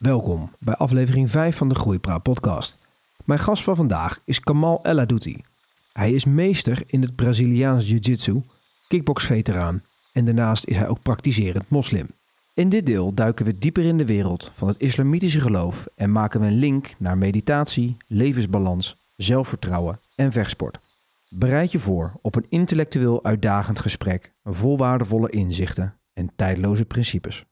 Welkom bij aflevering 5 van de Groeipraat podcast. Mijn gast van vandaag is Kamal El Adooti. Hij is meester in het Braziliaans jiu-jitsu, kickbox-veteraan en daarnaast is hij ook praktiserend moslim. In dit deel duiken we dieper in de wereld van het islamitische geloof en maken we een link naar meditatie, levensbalans, zelfvertrouwen en vechtsport. Bereid je voor op een intellectueel uitdagend gesprek, vol waardevolle inzichten en tijdloze principes.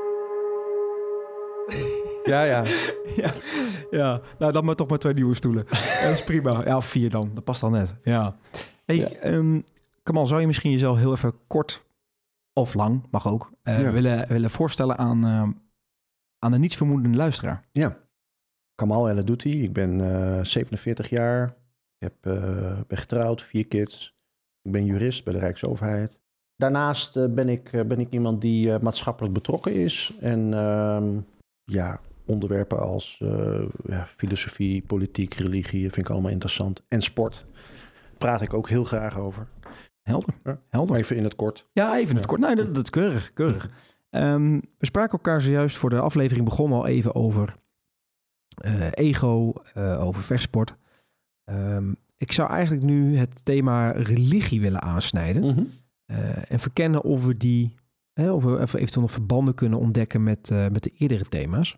Ja, nou dan maar toch maar 2 nieuwe stoelen. Dat is prima. Ja, of 4 dan. Dat past al net. Ja. Hey, Kamal, zou je misschien jezelf heel even kort of lang, mag ook, willen voorstellen aan een nietsvermoedende luisteraar? Ja, Kamal El Adooti. Ik ben 47 jaar. Ik ben getrouwd, 4 kids. Ik ben jurist bij de Rijksoverheid. Daarnaast ben ik iemand die maatschappelijk betrokken is. En onderwerpen als filosofie, politiek, religie vind ik allemaal interessant. En sport praat ik ook heel graag over. Helder. Even in het kort. Ja, even in het kort. Nee, dat is keurig. We spraken elkaar zojuist voor de aflevering begonnen al even over ego, over vechtsport. Ik zou eigenlijk nu het thema religie willen aansnijden. Mm-hmm. En verkennen of we die, of we eventueel nog verbanden kunnen ontdekken met de eerdere thema's.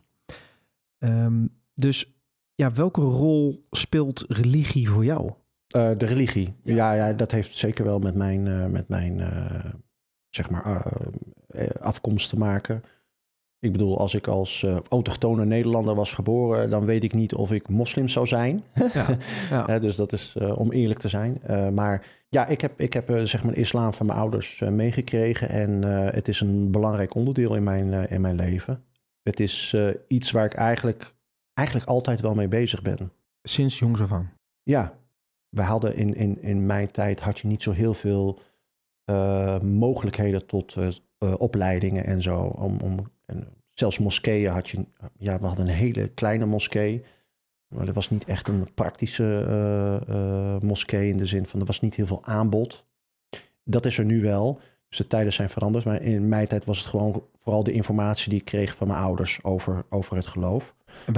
Dus welke rol speelt religie voor jou? De religie, ja, dat heeft zeker wel met mijn afkomst te maken. Ik bedoel, als ik als autochtone Nederlander was geboren, dan weet ik niet of ik moslim zou zijn. Ja. Dus dat is om eerlijk te zijn. Maar ja, ik heb zeg maar islam van mijn ouders meegekregen en het is een belangrijk onderdeel in mijn leven. Het is iets waar ik eigenlijk altijd wel mee bezig ben. Sinds jongs af aan? Ja, we hadden in mijn tijd had je niet zo heel veel mogelijkheden tot opleidingen en zo. Zelfs moskeeën had je. Ja, we hadden een hele kleine moskee. Maar er was niet echt een praktische moskee in de zin van er was niet heel veel aanbod. Dat is er nu wel. Dus de tijden zijn veranderd. Maar in mijn tijd was het gewoon vooral de informatie die ik kreeg van mijn ouders over het geloof.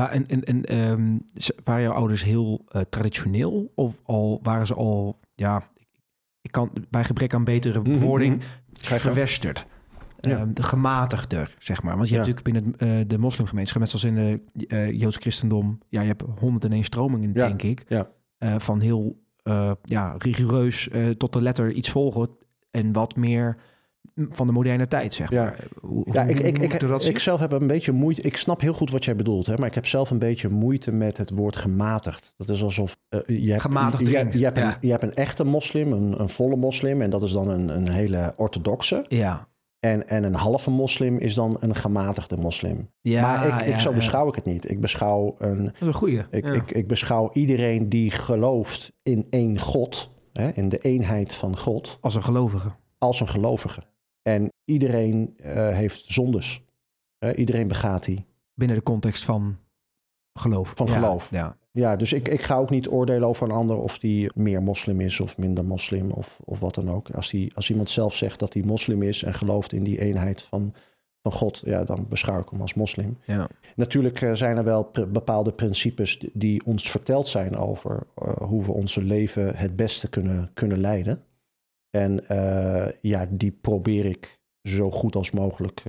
Waren jouw ouders heel traditioneel? Of waren ze al, ik kan bij gebrek aan betere bewoording, verwesterd? De gematigder, zeg maar. Want je hebt natuurlijk binnen de moslimgemeenschap, net zoals in de Joods christendom, je hebt 101 stromingen, denk ik. Ja. Van heel rigoureus tot de letter iets volgen en wat meer van de moderne tijd, zeg maar. Ik zelf heb een beetje moeite. Ik snap heel goed wat jij bedoelt, hè, maar ik heb zelf een beetje moeite met het woord gematigd. Dat is alsof je hebt een echte moslim, een volle moslim, en dat is dan een hele orthodoxe. Ja. En een halve moslim is dan een gematigde moslim. Ja, maar zo beschouw ik het niet. Ik beschouw dat is een goeie. Ik beschouw iedereen die gelooft in één God, hè, in de eenheid van God. Als een gelovige. En iedereen heeft zondes. Iedereen begaat die. Binnen de context van geloof. Geloof. Ja, dus ik ga ook niet oordelen over een ander of die meer moslim is of minder moslim of wat dan ook. Als iemand zelf zegt dat hij moslim is en gelooft in die eenheid van God, ja, dan beschouw ik hem als moslim. Ja. Natuurlijk zijn er wel bepaalde principes die ons verteld zijn over hoe we onze leven het beste kunnen leiden. En die probeer ik zo goed als mogelijk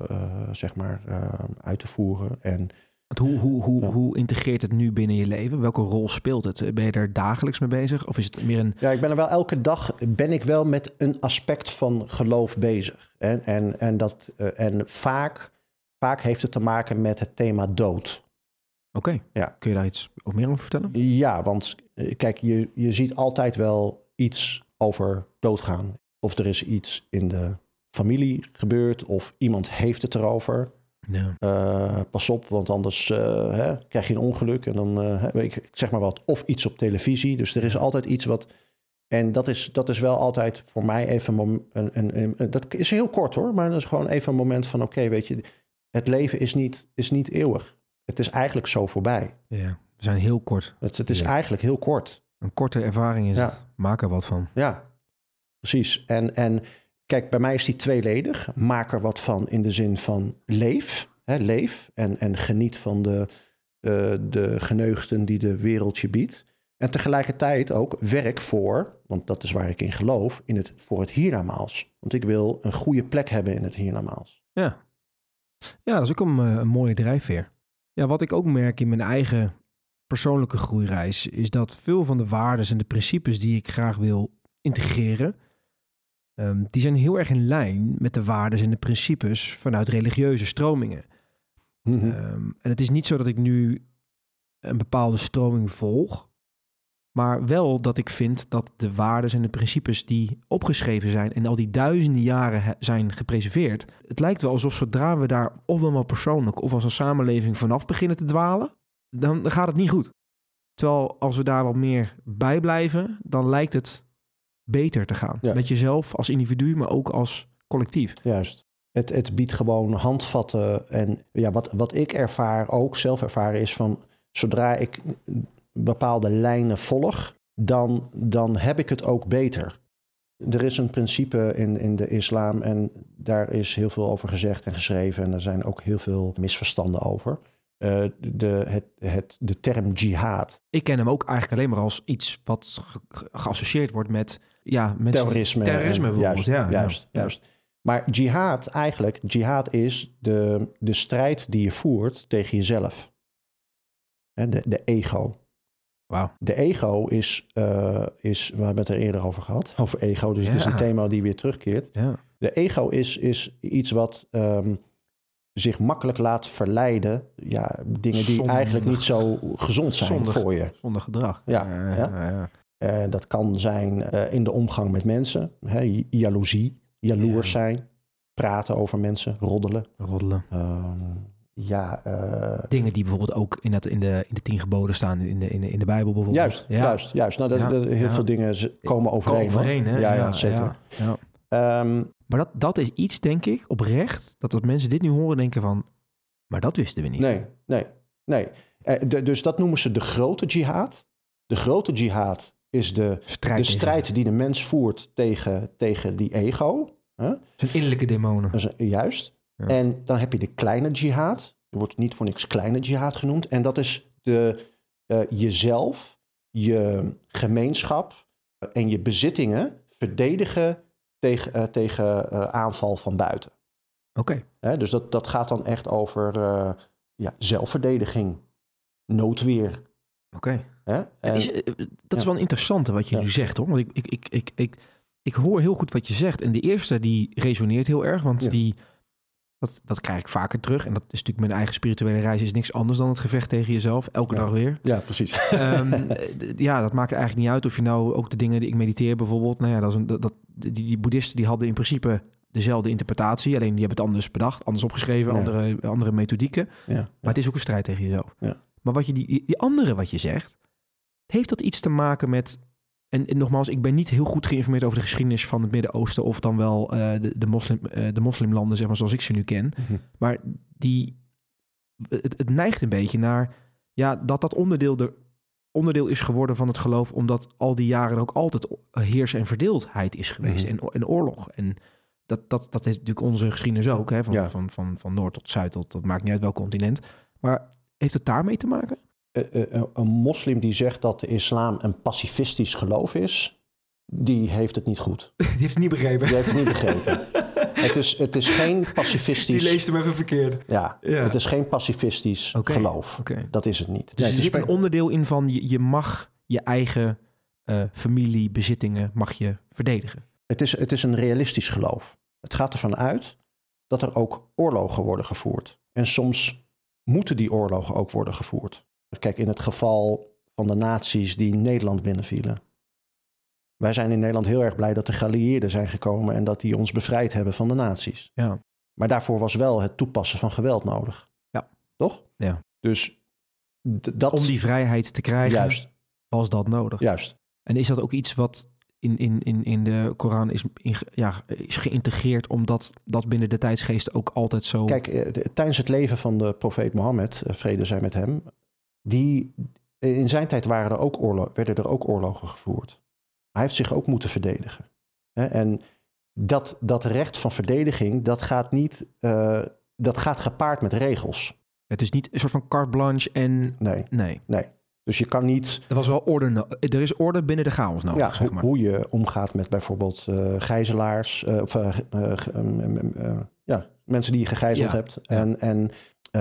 uit te voeren. En Hoe integreert het nu binnen je leven? Welke rol speelt het? Ben je er dagelijks mee bezig? Of is het meer een... Ja, ik ben er wel elke dag met een aspect van geloof bezig. En vaak heeft het te maken met het thema dood. Oké. Ja. Kun je daar iets meer over vertellen? Ja, want kijk, je ziet altijd wel iets over doodgaan. Of er is iets in de familie gebeurd of iemand heeft het erover. Ja. Pas op, want anders krijg je een ongeluk en dan ik zeg maar wat. Of iets op televisie. Dus er is altijd iets wat. En dat is wel altijd voor mij even dat is heel kort hoor, maar dat is gewoon even een moment van oké, weet je, het leven is niet eeuwig. Het is eigenlijk zo voorbij. Ja, we zijn heel kort. Het is eigenlijk heel kort. Een korte ervaring is het. Maak er wat van. Ja, precies. En kijk, bij mij is die tweeledig. Maak er wat van in de zin van leef. leef en geniet van de geneugten die de wereld je biedt. En tegelijkertijd ook werk voor, want dat is waar ik in geloof, voor het hiernamaals. Want ik wil een goede plek hebben in het hiernamaals. Ja, dat is ook een mooie drijfveer. Ja, wat ik ook merk in mijn eigen persoonlijke groeireis is dat veel van de waarden en de principes die ik graag wil integreren, die zijn heel erg in lijn met de waarden en de principes vanuit religieuze stromingen. Mm-hmm. En het is niet zo dat ik nu een bepaalde stroming volg, maar wel dat ik vind dat de waarden en de principes die opgeschreven zijn en al die duizenden jaren zijn gepreserveerd, het lijkt wel alsof zodra we daar ofwel persoonlijk of als een samenleving vanaf beginnen te dwalen, dan gaat het niet goed. Terwijl als we daar wat meer bij blijven, dan lijkt het beter te gaan. Ja. Met jezelf als individu, maar ook als collectief. Juist. Het biedt gewoon handvatten. En ja, wat ik zelf ervaren is van, zodra ik bepaalde lijnen volg, dan heb ik het ook beter. Er is een principe in de islam en daar is heel veel over gezegd en geschreven. En er zijn ook heel veel misverstanden over. De term jihad. Ik ken hem ook eigenlijk alleen maar als iets wat geassocieerd wordt met terrorisme. Terrorisme bijvoorbeeld. Juist. Maar jihad is de strijd die je voert tegen jezelf. De ego. Wow. De ego is, we hebben het er eerder over gehad, over ego. Dus het is een thema die weer terugkeert. Ja. De ego is iets wat zich makkelijk laat verleiden. Ja, dingen die eigenlijk niet zo gezond zijn voor je. Zonder gedrag. Ja. Dat kan zijn in de omgang met mensen. Jaloezie, jaloers zijn. Praten over mensen, roddelen. Dingen die bijvoorbeeld ook in de 10 geboden staan in de Bijbel bijvoorbeeld. Juist. Nou, heel veel dingen komen overeen. Hè? Ja, zeker. Ja. Maar dat is iets, denk ik, oprecht, dat mensen dit nu horen denken van, maar dat wisten we niet. Nee. Dus dat noemen ze de grote jihad. De grote jihad is de strijd die de mens voert tegen die ego. Zijn innerlijke demonen. Juist. Ja. En dan heb je de kleine jihad. Er wordt niet voor niks kleine jihad genoemd. En dat is jezelf, je gemeenschap en je bezittingen verdedigen tegen aanval van buiten. Oké. Dus dat gaat dan echt over zelfverdediging, noodweer. Oké. Dat is wel een interessante wat je nu zegt, hoor. Want ik hoor heel goed wat je zegt. En de eerste die resoneert heel erg, want dat krijg ik vaker terug. En dat is natuurlijk mijn eigen spirituele reis is niks anders dan het gevecht tegen jezelf. Elke dag weer. Ja, precies. Dat maakt eigenlijk niet uit of je nou ook de dingen die ik mediteer bijvoorbeeld. Nou ja, die boeddhisten die hadden in principe dezelfde interpretatie. Alleen die hebben het anders bedacht, anders opgeschreven, andere methodieken. Ja. Maar het is ook een strijd tegen jezelf. Ja. Maar wat je die andere wat je zegt, heeft dat iets te maken met... En nogmaals, ik ben niet heel goed geïnformeerd over de geschiedenis van het Midden-Oosten of dan wel de moslimlanden, zeg maar, zoals ik ze nu ken. Mm-hmm. Maar het neigt een beetje naar dat onderdeel is geworden van het geloof, omdat al die jaren er ook altijd heers en verdeeldheid is geweest en oorlog. En dat is natuurlijk onze geschiedenis ook, hè, van noord tot zuid, dat maakt niet uit welk continent. Maar heeft het daarmee te maken? Een moslim die zegt dat de islam een pacifistisch geloof is, die heeft het niet goed. Die heeft het niet begrepen. Het is geen pacifistisch... Die leest hem even verkeerd. Ja. Het is geen pacifistisch geloof. Okay. Dat is het niet. Dus er zit een onderdeel in van je mag je eigen familie, bezittingen, mag je verdedigen. Het is een realistisch geloof. Het gaat ervan uit dat er ook oorlogen worden gevoerd. En soms moeten die oorlogen ook worden gevoerd. Kijk, in het geval van de nazi's die Nederland binnenvielen. Wij zijn in Nederland heel erg blij dat de geallieerden zijn gekomen en dat die ons bevrijd hebben van de nazi's. Ja. Maar daarvoor was wel het toepassen van geweld nodig. Ja. Toch? Ja. Dus om die vrijheid te krijgen, was dat nodig. Juist. En is dat ook iets wat in de Koran is geïntegreerd, omdat dat binnen de tijdsgeest ook altijd zo... Kijk, tijdens het leven van de profeet Mohammed, vrede zij met hem, in zijn tijd werden er ook oorlogen gevoerd. Hij heeft zich ook moeten verdedigen. En dat recht van verdediging, dat gaat niet dat gaat gepaard met regels. Het is niet een soort van carte blanche en... Nee. Dus je kan niet... Er was wel orde. Er is orde binnen de chaos nodig, zeg maar. Hoe je omgaat met bijvoorbeeld gijzelaars. Mensen die je gegijzeld hebt. Ja. En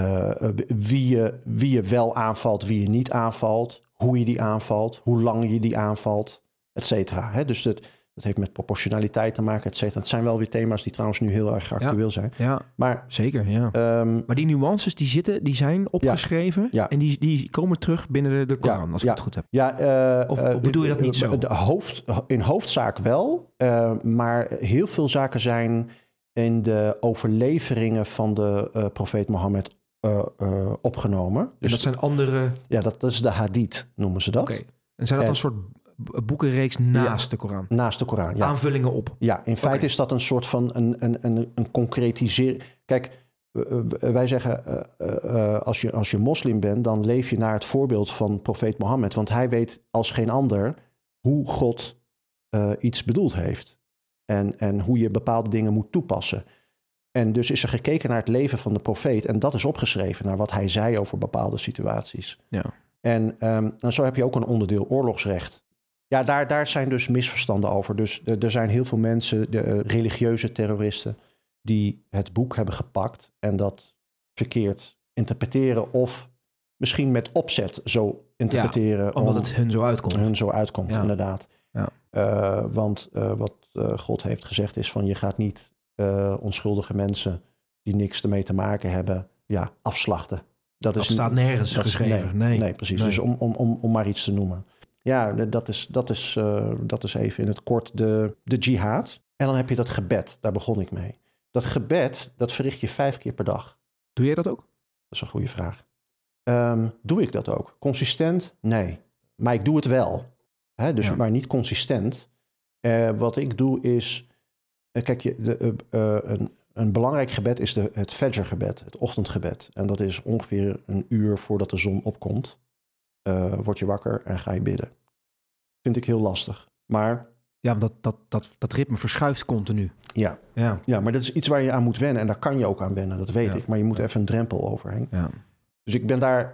wie je wel aanvalt, wie je niet aanvalt. Hoe je die aanvalt. Hoe lang je die aanvalt. Et cetera. Dus dat heeft met proportionaliteit te maken, et cetera. Het zijn wel weer thema's die trouwens nu heel erg actueel zijn. Ja, maar zeker, ja. Maar die nuances die zijn opgeschreven... Ja. En die komen terug binnen de Koran, als ik het goed heb. Ja, of bedoel je dat niet zo? In hoofdzaak wel, maar heel veel zaken zijn in de overleveringen van de profeet Mohammed opgenomen. Dus dat zijn andere... Ja, dat is de hadith, noemen ze dat. Okay. En zijn dat een soort boekenreeks naast de Koran? Naast de Koran, ja. Aanvullingen op? Ja, in feite is dat een soort van een concretisering. Kijk, wij zeggen, als je moslim bent, dan leef je naar het voorbeeld van profeet Mohammed. Want hij weet als geen ander hoe God iets bedoeld heeft. En hoe je bepaalde dingen moet toepassen. En dus is er gekeken naar het leven van de profeet. En dat is opgeschreven naar wat hij zei over bepaalde situaties. Ja. En zo heb je ook een onderdeel oorlogsrecht. Ja, daar zijn dus misverstanden over. Dus er zijn heel veel mensen, de religieuze terroristen, die het boek hebben gepakt en dat verkeerd interpreteren of misschien met opzet zo interpreteren. Ja, omdat het hun zo uitkomt. Ja. Inderdaad. Ja. Want wat God heeft gezegd is van je gaat niet onschuldige mensen die niks ermee te maken hebben, afslachten. Dat staat nergens geschreven. Nee, precies. Nee. Dus om maar iets te noemen. Ja, dat is even in het kort de jihad. En dan heb je dat gebed, daar begon ik mee. Dat gebed, dat verricht je 5 keer per dag. Doe jij dat ook? Dat is een goede vraag. Doe ik dat ook? Consistent? Nee. Maar ik doe het wel. Maar niet consistent. Wat ik doe is... kijk, een belangrijk gebed is het Fajr-gebed, het ochtendgebed. En dat is ongeveer 1 uur voordat de zon opkomt. Word je wakker en ga je bidden. Vind ik heel lastig. Maar... Ja, dat ritme verschuift continu. Ja, maar dat is iets waar je aan moet wennen. En daar kan je ook aan wennen, dat weet ik. Maar je moet even een drempel overheen. Ja. Dus ik ben daar...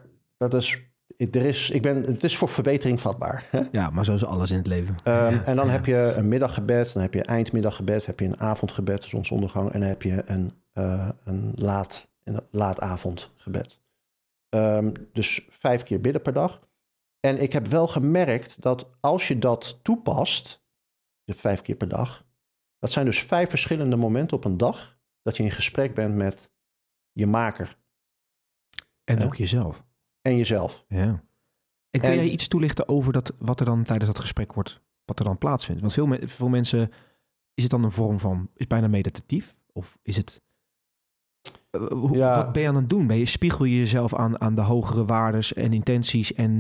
Het is voor verbetering vatbaar. Hè? Ja, maar zo is alles in het leven. En dan heb je een middaggebed, dan heb je eindmiddaggebed, heb je een avondgebed, zonsondergang, en dan heb je een laatavondgebed. Dus 5 keer bidden per dag. En ik heb wel gemerkt dat als je dat toepast, de 5 keer per dag, dat zijn dus 5 verschillende momenten op een dag dat je in gesprek bent met je maker. En ook jezelf. En jezelf. Ja. En kun jij iets toelichten over wat er dan tijdens dat gesprek wordt, wat er dan plaatsvindt? Want veel mensen, is het dan een vorm van, is bijna meditatief? Of is het, wat ben je aan het doen? Spiegel je jezelf aan de hogere waardes en intenties? En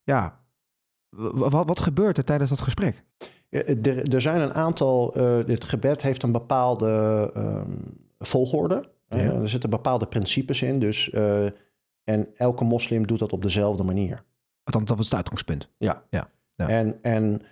wat gebeurt er tijdens dat gesprek? Er zijn een aantal, het gebed heeft een bepaalde volgorde. Er zitten bepaalde principes in, dus... En elke moslim doet dat op dezelfde manier. Althans, dat was het uitgangspunt. Ja. En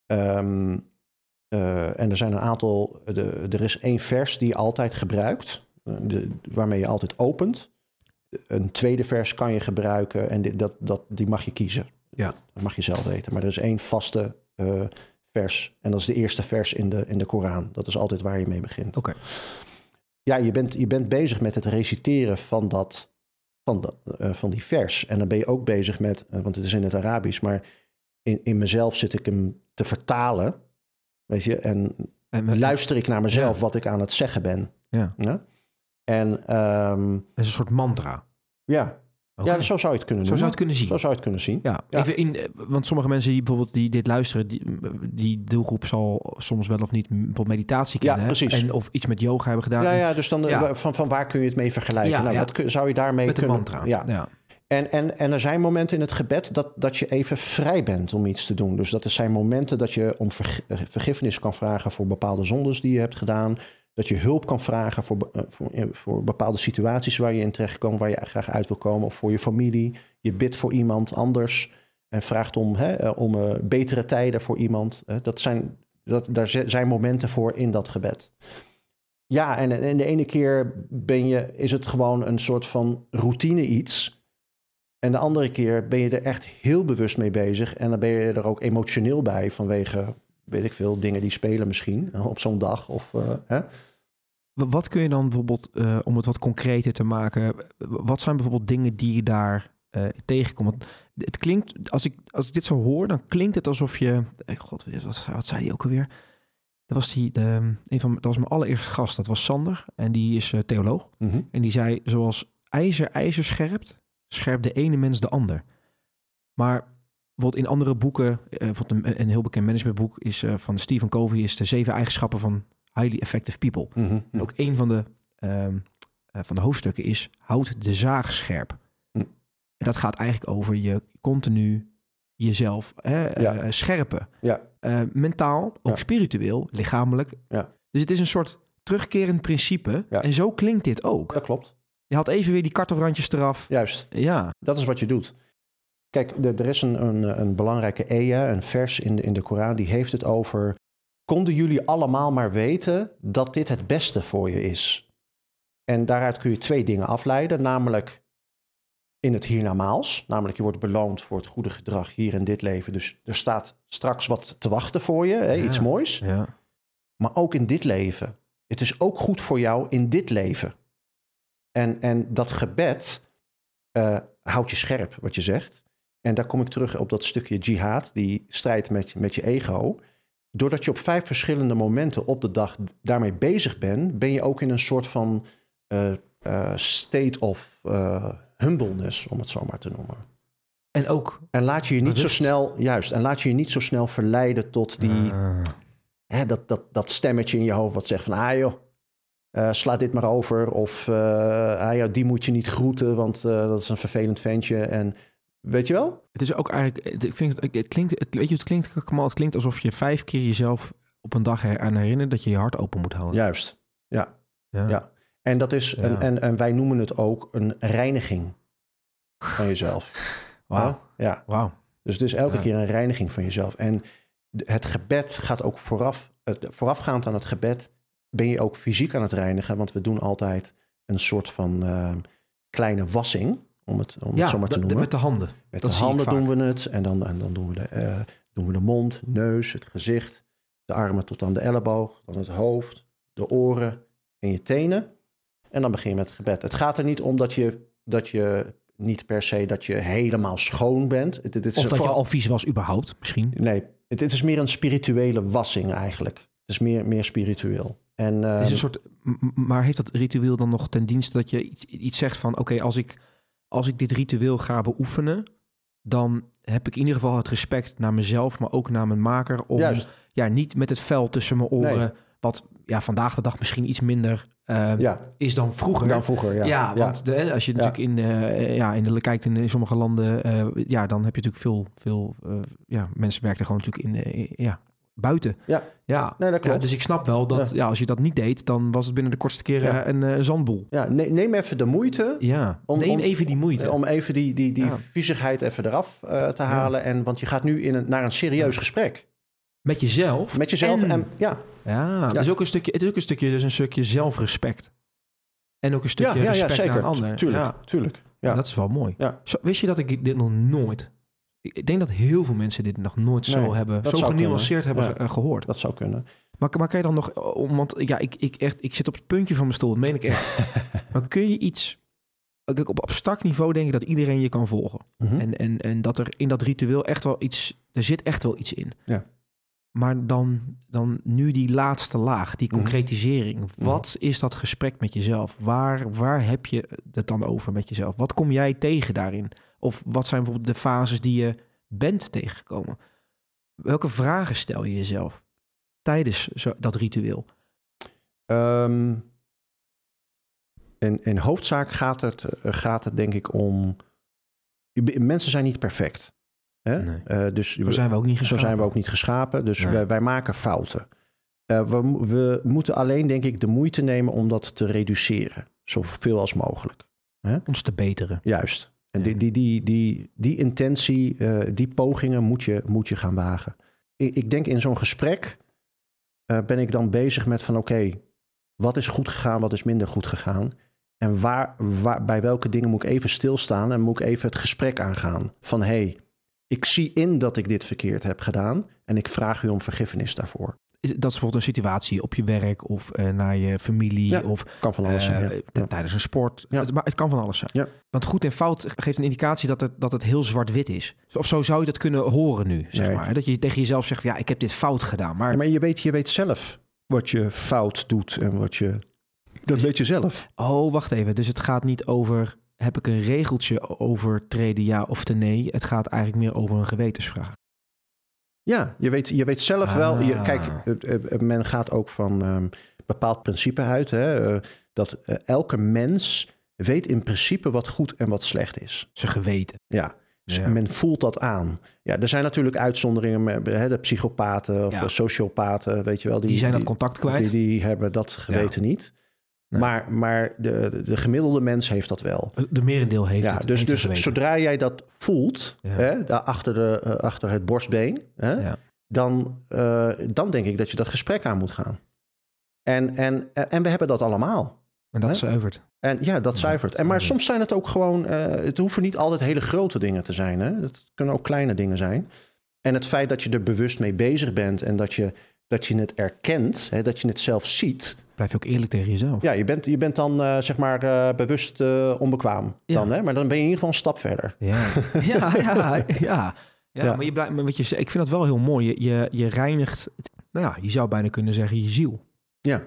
er zijn een aantal... Er is 1 vers die je altijd gebruikt. Waarmee je altijd opent. Een tweede vers kan je gebruiken. En die mag je kiezen. Ja. Dat mag je zelf weten. Maar er is 1 vaste vers. En dat is de eerste vers in de Koran. Dat is altijd waar je mee begint. Oké. Ja, je bent bezig met het reciteren van die vers. En dan ben je ook bezig met, want het is in het Arabisch, maar in mezelf zit ik hem te vertalen, weet je, en luister ik naar mezelf wat ik aan het zeggen ben. Ja. En het is een soort mantra. Ja. Okay. Ja, zo zou je het kunnen doen. Zo zou je het kunnen zien. Ja. Even want sommige mensen die bijvoorbeeld die dit luisteren, die doelgroep zal soms wel of niet bijvoorbeeld meditatie kennen. Ja, precies. Of iets met yoga hebben gedaan. Ja, dus dan van waar kun je het mee vergelijken? Wat zou je daarmee met kunnen... Met een mantra. Ja. En er zijn momenten in het gebed dat je even vrij bent om iets te doen. Dus dat zijn momenten dat je om vergiffenis kan vragen voor bepaalde zondes die je hebt gedaan. Dat je hulp kan vragen voor bepaalde situaties waar je in terechtkomt, waar je graag uit wil komen. Of voor je familie. Je bidt voor iemand anders en vraagt om betere tijden voor iemand. Daar zijn momenten voor in dat gebed. Ja, en de ene keer is het gewoon een soort van routine iets. En de andere keer ben je er echt heel bewust mee bezig. En dan ben je er ook emotioneel bij vanwege, weet ik veel, dingen die spelen misschien op zo'n dag. Hè? Wat kun je dan bijvoorbeeld, om het wat concreter te maken, wat zijn bijvoorbeeld dingen die je daar tegenkomt? Want het klinkt, als ik dit zo hoor, dan klinkt het alsof je, god, wat zei hij ook alweer? Dat was mijn allereerste gast, dat was Sander. En die is theoloog. Mm-hmm. En die zei, zoals ijzer scherpt, scherpt de ene mens de ander. Maar bijvoorbeeld in andere boeken, bijvoorbeeld een heel bekend managementboek is van Stephen Covey, is de 7 eigenschappen van highly effective people. Mm-hmm. En ook een van de hoofdstukken is, houd de zaag scherp. Mm. En dat gaat eigenlijk over je continu jezelf scherpen. Ja. Mentaal, ook spiritueel, lichamelijk. Ja. Dus het is een soort terugkerend principe. Ja. En zo klinkt dit ook. Dat klopt. Je haalt even weer die kartelrandjes eraf. Juist. Ja. Dat is wat je doet. Kijk, er is een belangrijke ayah, een vers in de Koran, die heeft het over, konden jullie allemaal maar weten dat dit het beste voor je is. En daaruit kun je 2 dingen afleiden, namelijk in het hiernamaals. Namelijk je wordt beloond voor het goede gedrag hier in dit leven. Dus er staat straks wat te wachten voor je, iets moois. Ja. Maar ook in dit leven. Het is ook goed voor jou in dit leven. En dat gebed houdt je scherp, wat je zegt. En daar kom ik terug op dat stukje jihad, die strijd met je ego. Doordat je op 5 verschillende momenten op de dag daarmee bezig bent, ben je ook in een soort van state of humbleness, om het zo maar te noemen. En laat je je niet zo snel, en laat je niet zo snel verleiden tot die dat stemmetje in je hoofd wat zegt van, joh, sla dit maar over. Of die moet je niet groeten, want dat is een vervelend ventje. En weet je wel? Het is ook eigenlijk, het klinkt alsof je 5 keer jezelf op een dag aan herinnert dat je je hart open moet houden. Juist, ja. En dat is, en wij noemen het ook een reiniging van jezelf. Wauw. Ja. Wow. Dus het is elke keer een reiniging van jezelf. En het gebed gaat ook voorafgaand aan het gebed ben je ook fysiek aan het reinigen, want we doen altijd een soort van kleine wassing, om het zo maar te noemen. Met de handen. Met de handen doen we het. En dan doen we de mond, neus, het gezicht, de armen tot aan de elleboog, dan het hoofd, de oren en je tenen. En dan begin je met het gebed. Het gaat er niet om dat je niet per se dat je helemaal schoon bent. Of dat je al vies was überhaupt, misschien. Nee, het is meer een spirituele wassing eigenlijk. Het is meer spiritueel. En, is een soort, maar heeft dat ritueel dan nog ten dienste dat je iets zegt van, oké, als ik dit ritueel ga beoefenen, dan heb ik in ieder geval het respect naar mezelf, maar ook naar mijn maker, om niet met het vel tussen mijn oren, wat vandaag de dag misschien iets minder is dan vroeger. Ja, want als je natuurlijk kijkt in sommige landen, dan heb je natuurlijk veel mensen werken gewoon natuurlijk buiten. Nee, dat klopt. Dus ik snap wel dat als je dat niet deed, dan was het binnen de kortste keren een zandboel. Ja, neem even de moeite. Ja, neem even die moeite. Om even die viezigheid even eraf te halen. Want je gaat nu naar een serieus gesprek. Met jezelf. Met jezelf Het is ook een stukje zelfrespect. En ook een stukje respect naar een ander. Tuurlijk. Ja, dat is wel mooi. Ja. Wist je dat ik dit nog nooit... Ik denk dat heel veel mensen dit nog nooit zo genuanceerd hebben gehoord. Dat zou kunnen. Maar kan je dan nog... Want ik zit op het puntje van mijn stoel, dat meen ik echt. Maar kun je iets... Op abstract niveau denk ik dat iedereen je kan volgen. Mm-hmm. En dat er in dat ritueel echt wel iets... Er zit echt wel iets in. Ja. Maar dan nu die laatste laag, die concretisering. Mm-hmm. Wat is dat gesprek met jezelf? Waar heb je het dan over met jezelf? Wat kom jij tegen daarin? Of wat zijn bijvoorbeeld de fases die je bent tegengekomen? Welke vragen stel je jezelf tijdens dat ritueel? In hoofdzaak gaat het denk ik om... Mensen zijn niet perfect. Hè? Nee. Dus zo zijn we ook niet geschapen. Dus wij maken fouten. We moeten alleen denk ik de moeite nemen om dat te reduceren. Zoveel als mogelijk. Hè? Ons te beteren. Juist. En die intentie, die pogingen moet je gaan wagen. Ik denk in zo'n gesprek ben ik dan bezig met van oké, Wat is goed gegaan, wat is minder goed gegaan? En bij welke dingen moet ik even stilstaan en moet ik even het gesprek aangaan? Van ik zie in dat ik dit verkeerd heb gedaan en ik vraag u om vergiffenis daarvoor. Dat is bijvoorbeeld een situatie op je werk of naar je familie. Ja, of kan van alles zijn. Tijdens een sport. Ja. Het kan van alles zijn. Ja. Want goed en fout geeft een indicatie dat het heel zwart-wit is. Of zo zou je dat kunnen horen nu, zeg maar. Dat je tegen jezelf zegt, ik heb dit fout gedaan. Maar je weet zelf wat je fout doet en wat je... Dat weet je zelf. Oh, wacht even. Dus het gaat niet over... Heb ik een regeltje overtreden, ja of nee? Het gaat eigenlijk meer over een gewetensvraag. Ja, je weet zelf wel... Kijk, men gaat ook van een bepaald principe uit. Hè, dat elke mens weet in principe wat goed en wat slecht is. Zijn geweten. Ja. Men voelt dat aan. Ja, er zijn natuurlijk uitzonderingen, de psychopaten of sociopaten, weet je wel. Die zijn dat contact kwijt. Die hebben dat geweten niet. Nee. Maar de gemiddelde mens heeft dat wel. De merendeel heeft het. Dus zodra jij dat voelt, daar achter het borstbeen, dan denk ik dat je dat gesprek aan moet gaan. En we hebben dat allemaal. En dat zuivert. En ja, dat zuivert. Maar soms zijn het ook gewoon... het hoeven niet altijd hele grote dingen te zijn. Hè? Het kunnen ook kleine dingen zijn. En het feit dat je er bewust mee bezig bent... en dat je het erkent, dat je het zelf ziet... Blijf je ook eerlijk tegen jezelf. Ja, je bent dan bewust onbekwaam. Ja. Dan, hè? Maar dan ben je in ieder geval een stap verder. Ja. Maar ik vind dat wel heel mooi. Je reinigt... je zou bijna kunnen zeggen je ziel. Ja.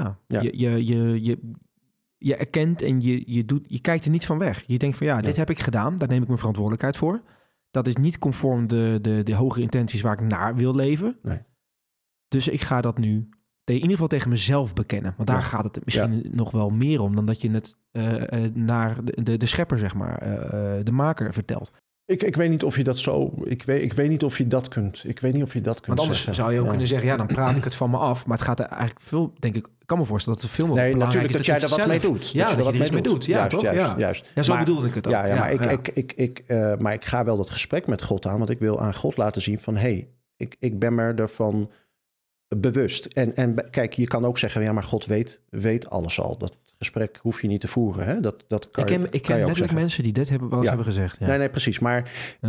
Je erkent en je kijkt er niet van weg. Je denkt van dit heb ik gedaan. Daar neem ik mijn verantwoordelijkheid voor. Dat is niet conform de hogere intenties waar ik naar wil leven. Nee. Dus ik ga dat nu in ieder geval tegen mezelf bekennen. Want daar gaat het misschien nog wel meer om... dan dat je het naar de schepper, zeg maar, de maker vertelt. Ik weet niet of je dat zo... Ik weet niet of je dat kunt. Ik weet niet of je dat kunt. Want anders zeggen. zou je ook kunnen zeggen... dan praat ik het van me af. Maar het gaat er eigenlijk veel, denk ik... Ik kan me voorstellen dat het veel meer belangrijk is... dat jij er wat mee doet. Ja, dat je er iets mee doet. Ja, juist, toch? Juist. Ja, zo bedoelde ik het ook. Maar ik ga wel dat gesprek met God aan... want ik wil aan God laten zien van... ik ben me ervan bewust. En kijk, je kan ook zeggen... maar God weet alles al. Dat gesprek hoef je niet te voeren. Hè? Dat kan ik ken letterlijk mensen die dit hebben gezegd. Ja. Nee, precies. Maar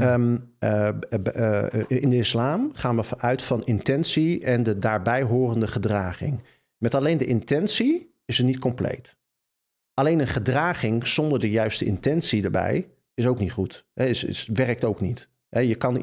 in de islam gaan we uit van intentie... en de daarbij horende gedraging. Met alleen de intentie is het niet compleet. Alleen een gedraging zonder de juiste intentie erbij... is ook niet goed. Werkt ook niet. Je kan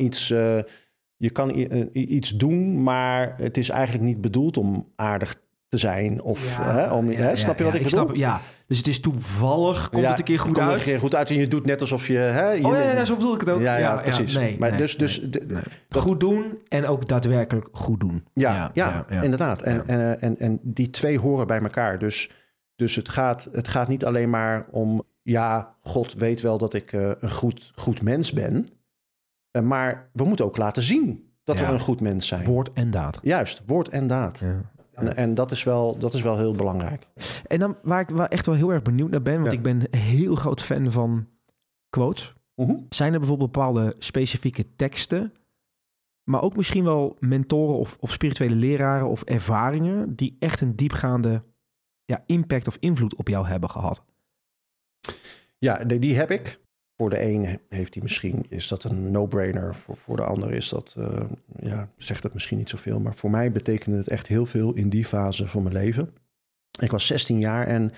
iets doen, maar het is eigenlijk niet bedoeld om aardig te zijn. Of, snap je wat ik bedoel? Snap, dus het is toevallig, komt het een keer goed uit. Een keer goed uit en je doet net alsof je... zo bedoel ik het ook. Ja, precies. Dus goed doen en ook daadwerkelijk goed doen. Ja, inderdaad. En die twee horen bij elkaar. Dus het gaat niet alleen maar om... God weet wel dat ik een goed mens ben... Maar we moeten ook laten zien dat we een goed mens zijn. Woord en daad. Juist, woord en daad. Ja. En dat is wel heel belangrijk. En dan waar ik wel echt wel heel erg benieuwd naar ben... want ik ben een heel groot fan van quotes. Zijn er bijvoorbeeld bepaalde specifieke teksten... maar ook misschien wel mentoren of spirituele leraren of ervaringen... die echt een diepgaande impact of invloed op jou hebben gehad? Ja, die heb ik. Voor de een is dat een no-brainer. Voor de ander is dat, zegt het misschien niet zoveel. Maar voor mij betekende het echt heel veel in die fase van mijn leven. Ik was 16 jaar en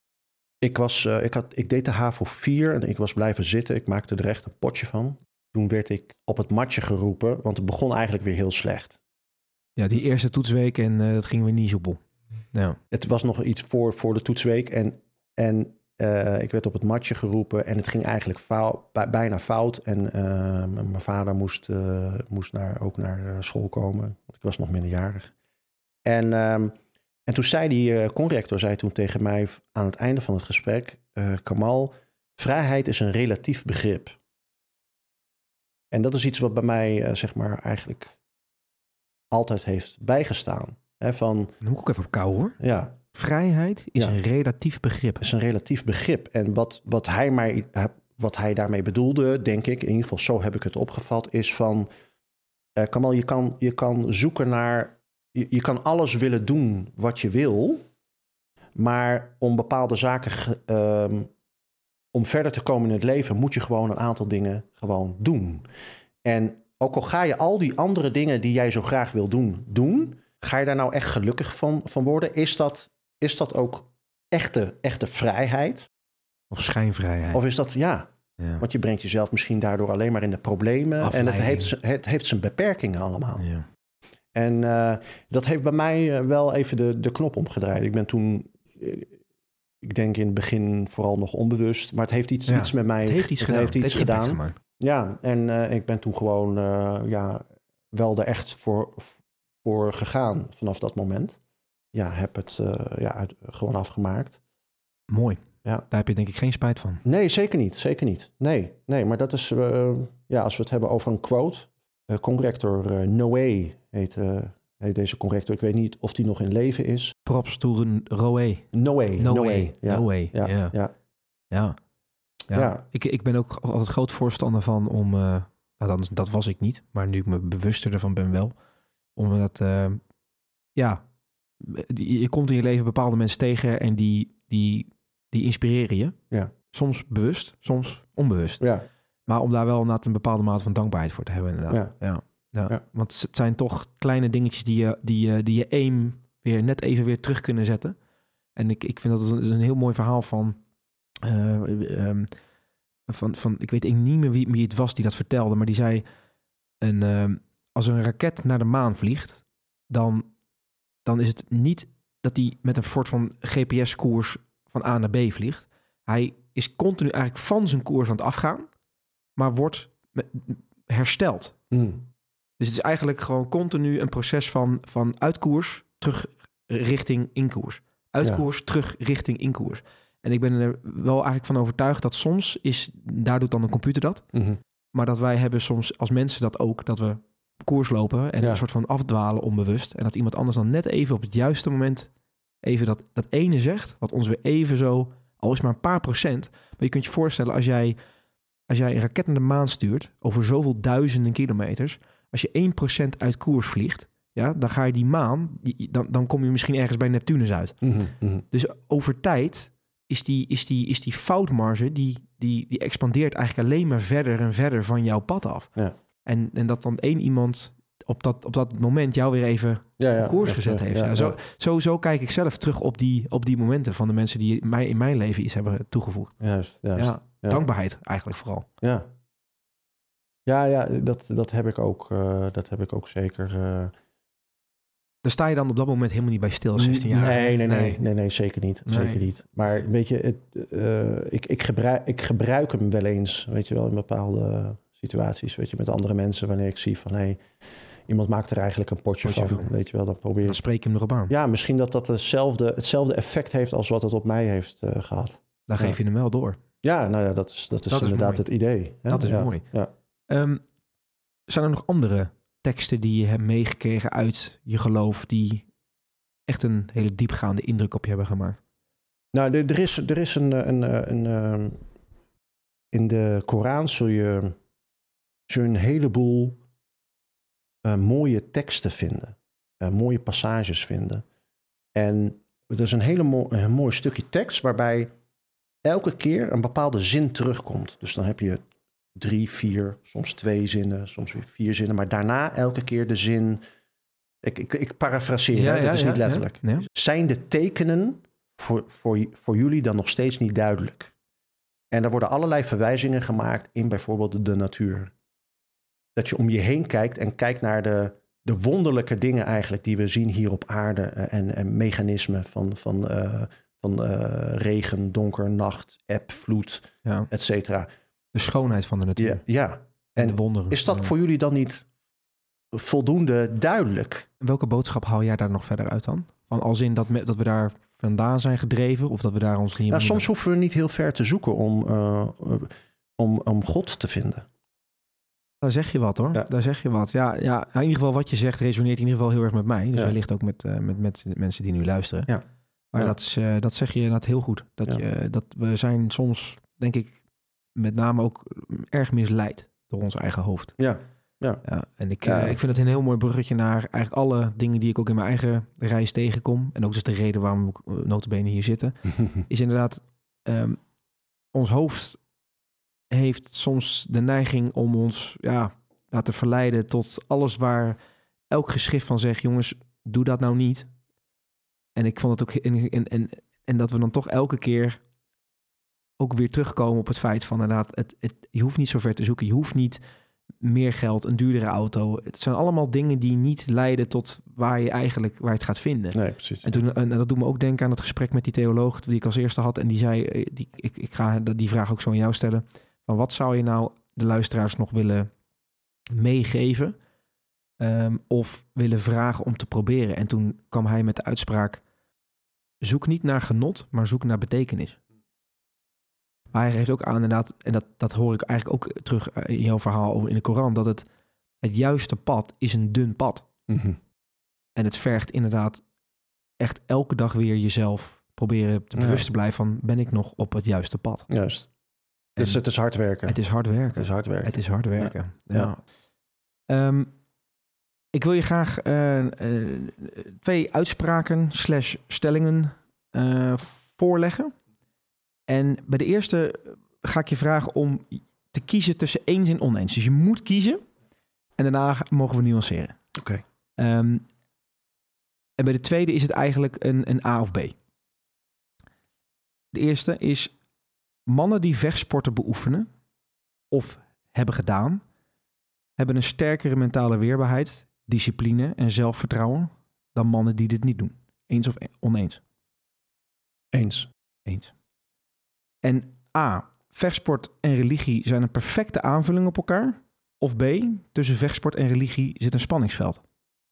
ik deed de HAVO 4 en ik was blijven zitten. Ik maakte er echt een potje van. Toen werd ik op het matje geroepen, want het begon eigenlijk weer heel slecht. Ja, die eerste toetsweek en dat ging weer niet soepel. Ja. Het was nog iets voor de toetsweek en ik werd op het matje geroepen en het ging eigenlijk bijna fout. En mijn vader moest naar school komen, want ik was nog minderjarig. En toen zei die conrector toen tegen mij aan het einde van het gesprek... Kamal, vrijheid is een relatief begrip. En dat is iets wat bij mij eigenlijk altijd heeft bijgestaan. Dan moet ik ook even op kou hoor. Ja. Vrijheid is een relatief begrip. Is een relatief begrip. En wat hij daarmee bedoelde, denk ik, in ieder geval zo heb ik het opgevat, is van... Kamal, je kan zoeken naar... Je kan alles willen doen wat je wil, Maar om bepaalde zaken, om verder te komen in het leven, moet je gewoon een aantal dingen gewoon doen. En ook al ga je al die andere dingen die jij zo graag wil doen, ga je daar nou echt gelukkig van worden? Is dat ook echte vrijheid? Of schijnvrijheid. Of is dat, want je brengt jezelf misschien daardoor alleen maar in de problemen. Afleiding. En het heeft zijn beperkingen allemaal. Ja. En dat heeft bij mij wel even de knop omgedraaid. Ik ben toen, ik denk in het begin vooral nog onbewust, maar het heeft iets met mij. Het heeft iets gedaan. Ja, en ik ben toen gewoon wel er echt voor gegaan vanaf dat moment. Ja, heb het gewoon afgemaakt. Mooi. Ja. Daar heb je denk ik geen spijt van. Nee, zeker niet. Nee, maar dat is, als we het hebben over een quote. Conrector Noé heet deze conrector. Ik weet niet of die nog in leven is. Props to Noé. Noé. Ja. Ik ben ook altijd groot voorstander van om... dat was ik niet, maar nu ik me bewuster ervan ben wel. Omdat, je komt in je leven bepaalde mensen tegen en die inspireren je. Ja. Soms bewust, soms onbewust. Ja. Maar om daar wel inderdaad een bepaalde mate van dankbaarheid voor te hebben inderdaad. Ja. Want het zijn toch kleine dingetjes die je aim weer net even weer terug kunnen zetten. En ik vind dat een heel mooi verhaal van ik weet niet meer wie het was die dat vertelde, maar die zei, als een raket naar de maan vliegt, dan is het niet dat hij met een soort van GPS-koers van A naar B vliegt. Hij is continu eigenlijk van zijn koers aan het afgaan, maar wordt hersteld. Dus het is eigenlijk gewoon continu een proces van uit koers, terug richting inkoers. Uit koers, terug richting inkoers. En ik ben er wel eigenlijk van overtuigd dat soms daar doet dan een computer dat. Mm-hmm. Maar dat wij hebben soms als mensen dat ook, dat we koers lopen en een soort van afdwalen onbewust. En dat iemand anders dan net even op het juiste moment even dat ene zegt, wat ons weer even zo, al is maar een paar procent. Maar je kunt je voorstellen, als jij een raket naar de maan stuurt, over zoveel duizenden kilometers, als je 1% uit koers vliegt, dan ga je die maan, dan kom je misschien ergens bij Neptunus uit. Mm-hmm. Dus over tijd is die foutmarge, die expandeert eigenlijk alleen maar verder en verder van jouw pad af. Ja. En dat dan één iemand op dat moment jou weer even op koers gezet heeft. Zo kijk ik zelf terug op die momenten van de mensen die mij in mijn leven iets hebben toegevoegd. Juist. Ja. Dankbaarheid eigenlijk vooral. Ja, dat heb ik ook. Dat heb ik ook zeker. Daar sta je dan op dat moment helemaal niet bij stil, 16 jaar. Nee, zeker niet. Nee. Zeker niet. Maar weet je, ik gebruik hem wel eens, weet je wel, in bepaalde situaties, weet je, met andere mensen, wanneer ik zie van, iemand maakt er eigenlijk een potje van, weet je wel, dan probeer je... Dan spreek je hem erop aan. Ja, misschien dat hetzelfde effect heeft als wat het op mij heeft gehad. Dan geef je hem wel door. Ja, nou ja, dat is inderdaad mooi. Het idee. Ja? Dat is mooi. Ja. Zijn er nog andere teksten die je hebt meegekregen uit je geloof, die echt een hele diepgaande indruk op je hebben gemaakt? Nou, er is een in de Koran zul je een heleboel mooie teksten vinden. Mooie passages vinden. En er is een mooi stukje tekst waarbij elke keer een bepaalde zin terugkomt. Dus dan heb je 3, 4, soms 2 zinnen, soms weer 4 zinnen. Maar daarna elke keer de zin... Ik parafraseer, dat is niet letterlijk. Ja. Zijn de tekenen voor jullie dan nog steeds niet duidelijk? En daar worden allerlei verwijzingen gemaakt in bijvoorbeeld de natuur. Dat je om je heen kijkt en kijkt naar de wonderlijke dingen eigenlijk die we zien hier op aarde. En mechanismen van regen, donker, nacht, eb, vloed, et cetera. De schoonheid van de natuur. Ja. En de wonderen. Is dat voor jullie dan niet voldoende duidelijk? Welke boodschap haal jij daar nog verder uit dan? Van als in dat we daar vandaan zijn gedreven of dat we daar ons niet... Soms hoeven we niet heel ver te zoeken om God te vinden. Daar zeg je wat hoor. Ja. Daar zeg je wat. Ja, in ieder geval wat je zegt resoneert in ieder geval heel erg met mij. Dus wellicht ook met mensen die nu luisteren. Ja. Maar dat zeg je inderdaad heel goed. Dat we zijn soms, denk ik, met name ook erg misleid door ons eigen hoofd. Ja. Ja. En ik vind het een heel mooi bruggetje naar eigenlijk alle dingen die ik ook in mijn eigen reis tegenkom. En ook dus de reden waarom we nota bene hier zitten. Is inderdaad, ons hoofd heeft soms de neiging om ons laten verleiden tot alles waar elk geschrift van zegt, jongens, doe dat nou niet. En ik vond het ook en dat we dan toch elke keer ook weer terugkomen op het feit van inderdaad, je hoeft niet zo ver te zoeken. Je hoeft niet meer geld, een duurdere auto. Het zijn allemaal dingen die niet leiden tot waar je het gaat vinden. Nee, precies. En dat doet me ook denken aan het gesprek met die theoloog die ik als eerste had. En die zei, ik ga die vraag ook zo aan jou stellen. Van wat zou je nou de luisteraars nog willen meegeven? Of willen vragen om te proberen? En toen kwam hij met de uitspraak, zoek niet naar genot, maar zoek naar betekenis. Maar hij geeft ook aan inderdaad, en dat hoor ik eigenlijk ook terug in jouw verhaal over in de Koran, dat het juiste pad is een dun pad. Mm-hmm. En het vergt inderdaad echt elke dag weer jezelf proberen te bewust te blijven van, ben ik nog op het juiste pad? Juist. Dus het is hard werken. Het is hard werken. Het is hard werken. Ja. Ik wil je graag 2 uitspraken / stellingen voorleggen. En bij de eerste ga ik je vragen om te kiezen tussen eens en oneens. Dus je moet kiezen en daarna mogen we nuanceren. Oké. En bij de tweede is het eigenlijk een A of B. De eerste is mannen die vechtsporten beoefenen of hebben gedaan, hebben een sterkere mentale weerbaarheid, discipline en zelfvertrouwen dan mannen die dit niet doen. Eens of oneens? Eens. En A, vechtsport en religie zijn een perfecte aanvulling op elkaar. Of B, tussen vechtsport en religie zit een spanningsveld.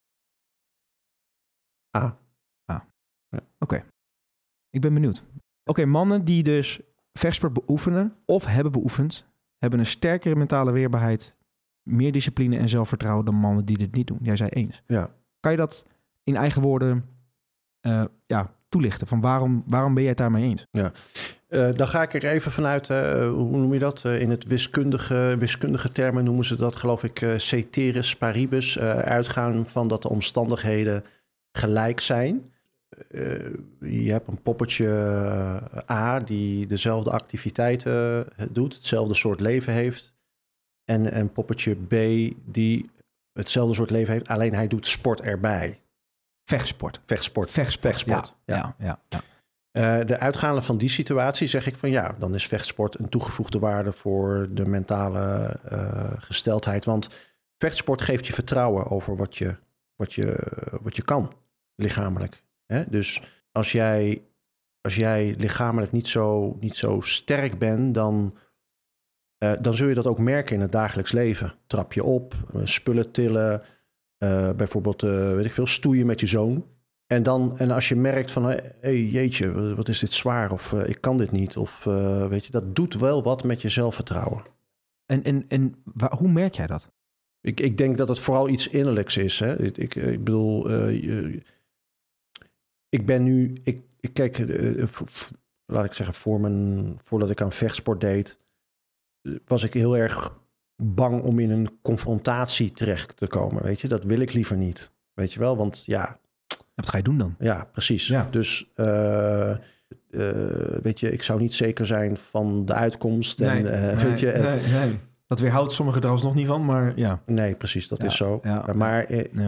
A. Ja. Oké. Ik ben benieuwd. Oké, mannen die dus vechtsport beoefenen of hebben beoefend, hebben een sterkere mentale weerbaarheid, meer discipline en zelfvertrouwen dan mannen die dit niet doen. Jij zei eens. Ja. Kan je dat in eigen woorden toelichten? Van waarom ben jij het daarmee eens? Ja. Dan ga ik er even vanuit, hoe noem je dat? In het wiskundige termen noemen ze dat, geloof ik, ceteris paribus. Uitgaan van dat de omstandigheden gelijk zijn. Je hebt een poppetje A die dezelfde activiteiten doet, hetzelfde soort leven heeft. En een poppetje B die hetzelfde soort leven heeft, alleen hij doet sport erbij. Vechtsport. Ja. De uitgaande van die situatie zeg ik van dan is vechtsport een toegevoegde waarde voor de mentale gesteldheid. Want vechtsport geeft je vertrouwen over wat je kan, lichamelijk. Hè? Dus als jij lichamelijk niet zo sterk bent, dan zul je dat ook merken in het dagelijks leven. Trap je op, spullen tillen, bijvoorbeeld stoeien met je zoon. En als je merkt van, hey, jeetje, wat is dit zwaar? Of ik kan dit niet. Of dat doet wel wat met je zelfvertrouwen. Hoe merk jij dat? Ik denk dat het vooral iets innerlijks is. Hè? Ik bedoel, ik ben nu, kijk, laat ik zeggen, voordat ik aan vechtsport deed, was ik heel erg bang om in een confrontatie terecht te komen. Weet je, dat wil ik liever niet. Weet je wel, want wat ga je doen dan? Ja, precies. Ja. Dus ik zou niet zeker zijn van de uitkomst. Nee. Dat weerhoudt sommigen er alsnog niet van, maar ja. Nee, precies, dat is zo. Ja, maar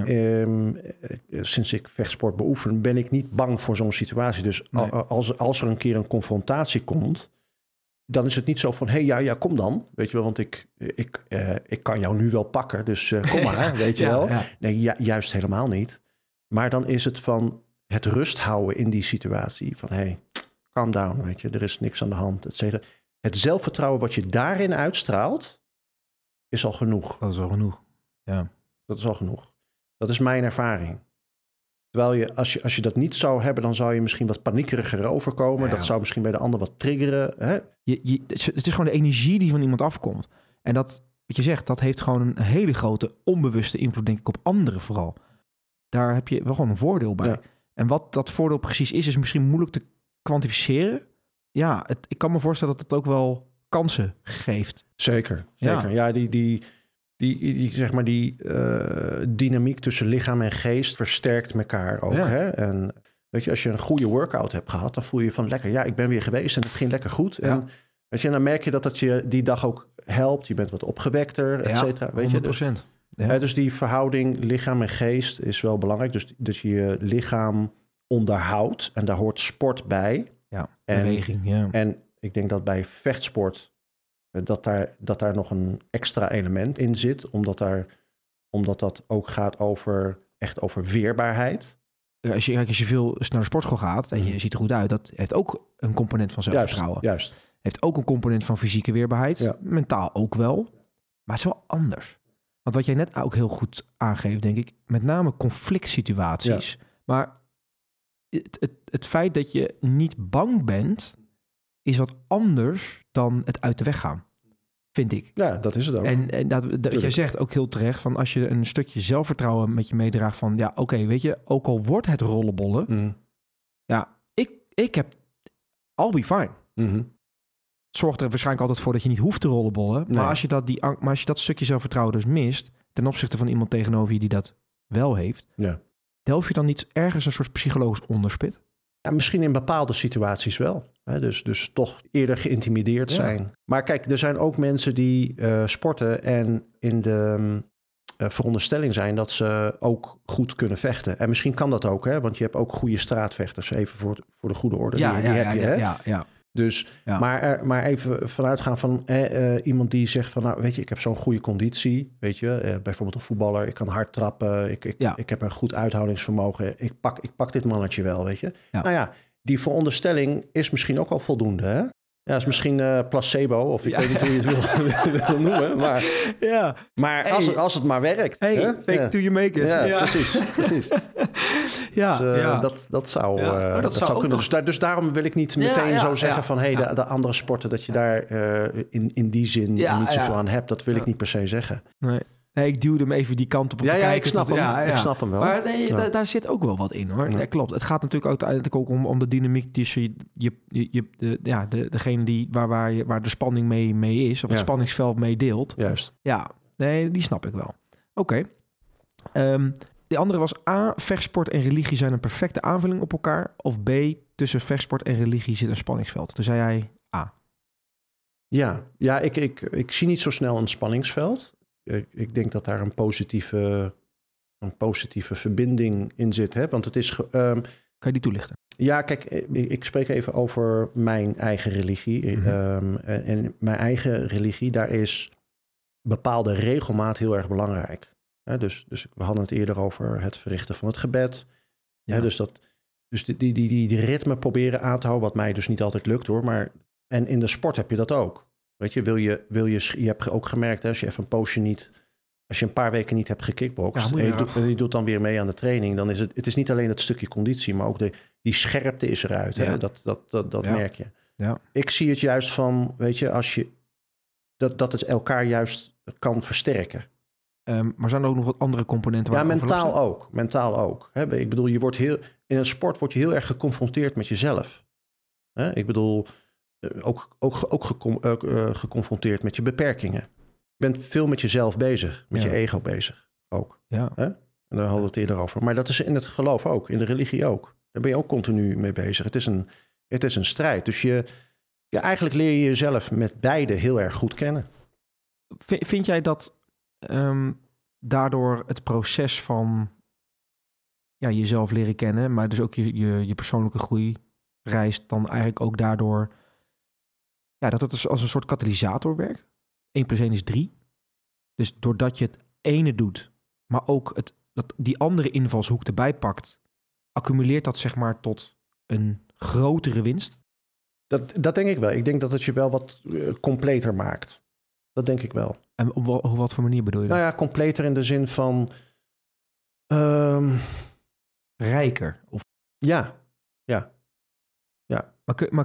sinds ik vechtsport beoefen, ben ik niet bang voor zo'n situatie. Dus als er een keer een confrontatie komt, dan is het niet zo van, kom dan. Weet je wel, want ik kan jou nu wel pakken, dus kom maar, weet je wel. Ja. Nee, juist helemaal niet. Maar dan is het van het rust houden in die situatie. Van calm down, weet je, er is niks aan de hand, et cetera. Het zelfvertrouwen wat je daarin uitstraalt, is al genoeg. Dat is al genoeg, ja. Dat is al genoeg. Dat is mijn ervaring. Terwijl als je dat niet zou hebben, dan zou je misschien wat paniekeriger overkomen. Ja. Dat zou misschien bij de ander wat triggeren. Hè? Het is gewoon de energie die van iemand afkomt. En dat, wat je zegt, dat heeft gewoon een hele grote onbewuste invloed, denk ik, op anderen vooral. Daar heb je wel gewoon een voordeel bij. Ja. En wat dat voordeel precies is misschien moeilijk te kwantificeren. Ja, ik kan me voorstellen dat het ook wel kansen geeft. Zeker. Ja, die die dynamiek tussen lichaam en geest versterkt elkaar ook. Ja. Hè? En weet je, als je een goede workout hebt gehad, dan voel je van lekker, ja, ik ben weer geweest en het ging lekker goed. Ja. En weet je, dan merk je dat je die dag ook helpt. Je bent wat opgewekter, et cetera. Weet 100%. Je, dus die verhouding lichaam en geest is wel belangrijk. Dus je lichaam onderhoudt en daar hoort sport bij. Ja, beweging, ja. En ik denk dat bij vechtsport dat daar nog een extra element in zit, omdat dat ook gaat over weerbaarheid. Als je veel naar de sportschool gaat en je ziet er goed uit, dat heeft ook een component van zelfvertrouwen. Juist. Heeft ook een component van fysieke weerbaarheid. Ja. Mentaal ook wel. Maar het is wel anders. Want wat jij net ook heel goed aangeeft, denk ik, met name conflict situaties. Ja. Maar het feit dat je niet bang bent, is wat anders dan het uit de weg gaan. Vind ik. Ja, dat is het ook. En wat jij zegt ook heel terecht, van als je een stukje zelfvertrouwen met je meedraagt van, ja, oké, weet je, ook al wordt het rollenbollen, ja, ik heb, I'll be fine. Mm-hmm. Het zorgt er waarschijnlijk altijd voor dat je niet hoeft te rollenbollen. Nee. Maar als je dat stukje zelfvertrouwen dus mist, ten opzichte van iemand tegenover je die dat wel heeft, delf je dan niet ergens een soort psychologisch onderspit? Ja, misschien in bepaalde situaties wel. Hè? Dus toch eerder geïntimideerd zijn. Maar kijk, er zijn ook mensen die sporten en in de veronderstelling zijn dat ze ook goed kunnen vechten. En misschien kan dat ook, hè? Want je hebt ook goede straatvechters, even voor de goede orde. Die heb je, hè? Ja. Dus, maar even vanuitgaan van iemand die zegt van, nou, weet je, ik heb zo'n goede conditie, weet je, bijvoorbeeld een voetballer, ik kan hard trappen, ik heb een goed uithoudingsvermogen, ik pak dit mannetje wel, weet je. Ja. Nou ja, die veronderstelling is misschien ook al voldoende, hè? Ja, is misschien placebo, of ik weet niet hoe je het wil noemen, maar als het maar werkt. Hey, hè? Fake till you make it. Ja. Precies. Dat zou kunnen. Dus daarom wil ik niet meteen zo zeggen van, de andere sporten, dat je daar in die zin niet zoveel aan hebt. Dat wil ik niet per se zeggen. Nee, ik duwde hem even die kant op te kijken. Ik snap hem wel. Maar daar zit ook wel wat in, hoor. Ja, klopt. Het gaat natuurlijk uiteindelijk ook om de dynamiek tussen degene waar de spanning mee is, of het spanningsveld mee deelt. Juist. Ja, nee, die snap ik wel. Oké. De andere was A, vechtsport en religie zijn een perfecte aanvulling op elkaar. Of B, tussen vechtsport en religie zit een spanningsveld. Toen zei hij A. Ja, ik zie niet zo snel een spanningsveld. Ik denk dat daar een positieve verbinding in zit. Hè? Want het is... Kan je die toelichten? Ja, kijk, ik spreek even over mijn eigen religie. Mm-hmm. En mijn eigen religie, daar is bepaalde regelmaat heel erg belangrijk. Dus we hadden het eerder over het verrichten van het gebed. Ja. Dus die ritme proberen aan te houden, wat mij dus niet altijd lukt, hoor. Maar, en in de sport heb je dat ook. Weet je, je hebt ook gemerkt, hè, als je even een poosje niet, als je een paar weken niet hebt gekickboxd en je doet dan weer mee aan de training, dan is het is niet alleen het stukje conditie, maar ook die scherpte is eruit. Ja. Hè? Dat merk je. Ja. Ik zie het juist van, weet je, als je dat het elkaar juist kan versterken. Maar zijn er ook nog wat andere componenten? Ja, mentaal ook. Hè? Ik bedoel, in een sport word je heel erg geconfronteerd met jezelf. Hè? Ik bedoel, ook geconfronteerd met je beperkingen. Je bent veel met jezelf bezig, met je ego bezig ook. Ja. Hè? En daar hadden we het eerder over. Maar dat is in het geloof ook, in de religie ook. Daar ben je ook continu mee bezig. Het is een strijd. Dus eigenlijk leer je jezelf met beide heel erg goed kennen. Vind jij dat daardoor het proces van jezelf leren kennen, maar dus ook je persoonlijke groei reist dan eigenlijk ook daardoor dat het als een soort katalysator werkt? 1 + 1 is 3. Dus doordat je het ene doet, maar ook die andere invalshoek erbij pakt, accumuleert dat zeg maar tot een grotere winst? Dat denk ik wel. Ik denk dat het je wel wat completer maakt. Dat denk ik wel. En op wat voor manier bedoel je dat? Nou ja, completer in de zin van rijker? Of... Ja. Maar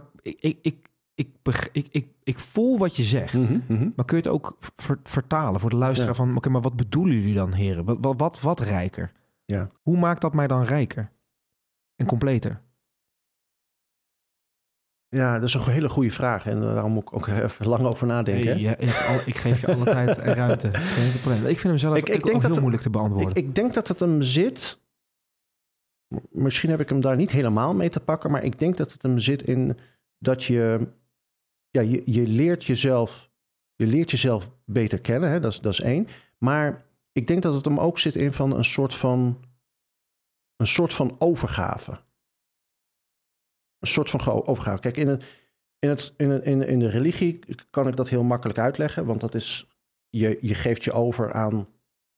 ik voel wat je zegt. Mm-hmm. Maar kun je het ook vertalen voor de luisteraar van, oké, maar wat bedoelen jullie dan, heren? Wat rijker? Ja. Hoe maakt dat mij dan rijker? En completer? Ja, dat is een hele goede vraag. En daar moet ik ook even lang over nadenken. Hey, ik geef je alle tijd en ruimte. Geen probleem. Ik vind hem zelf ook heel moeilijk te beantwoorden. Ik denk dat het hem zit... Misschien heb ik hem daar niet helemaal mee te pakken... maar ik denk dat het hem zit in dat je... Ja, je leert jezelf beter kennen. Hè? Dat is één. Maar ik denk dat het hem ook zit in van een soort van overgave. Een soort van overgave. Kijk, in de religie kan ik dat heel makkelijk uitleggen. Want dat is... Je geeft je over aan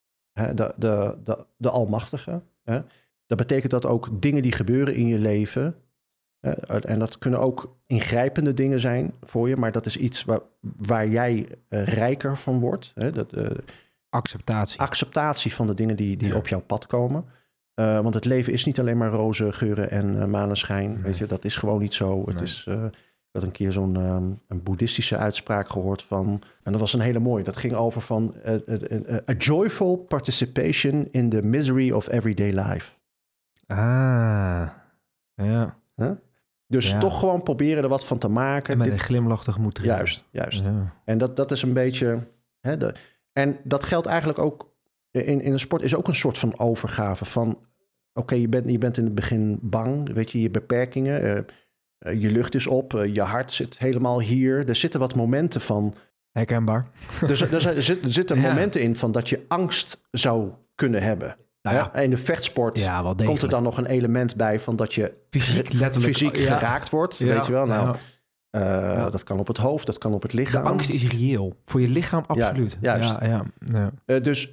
de Almachtige. Hè? Dat betekent dat ook dingen die gebeuren in je leven... en dat kunnen ook ingrijpende dingen zijn voor je... maar dat is iets waar jij rijker van wordt. Hè? Acceptatie van de dingen die op jouw pad komen. Want het leven is niet alleen maar roze geuren en maneschijn. Nee. Weet je, dat is gewoon niet zo. Het is... Ik had een keer zo'n een boeddhistische uitspraak gehoord van... en dat was een hele mooie. Dat ging over van... a joyful participation in the misery of everyday life. Ah, ja. Huh? Dus toch gewoon proberen er wat van te maken. En met een glimlach tegemoet te gaan. Juist. Ja. En dat is een beetje... en dat geldt eigenlijk ook... In de sport is ook een soort van overgave van... Oké, je bent in het begin bang. Weet je beperkingen... je lucht is op, je hart zit helemaal hier. Er zitten wat momenten van... Herkenbaar. Er zitten momenten in van dat je angst zou kunnen hebben. Nou ja. In de vechtsport komt er dan nog een element bij... van dat je fysiek geraakt wordt. Ja. Weet je wel? Nou, dat kan op het hoofd, dat kan op het lichaam. De angst is reëel. Voor je lichaam absoluut. Ja, juist. Dus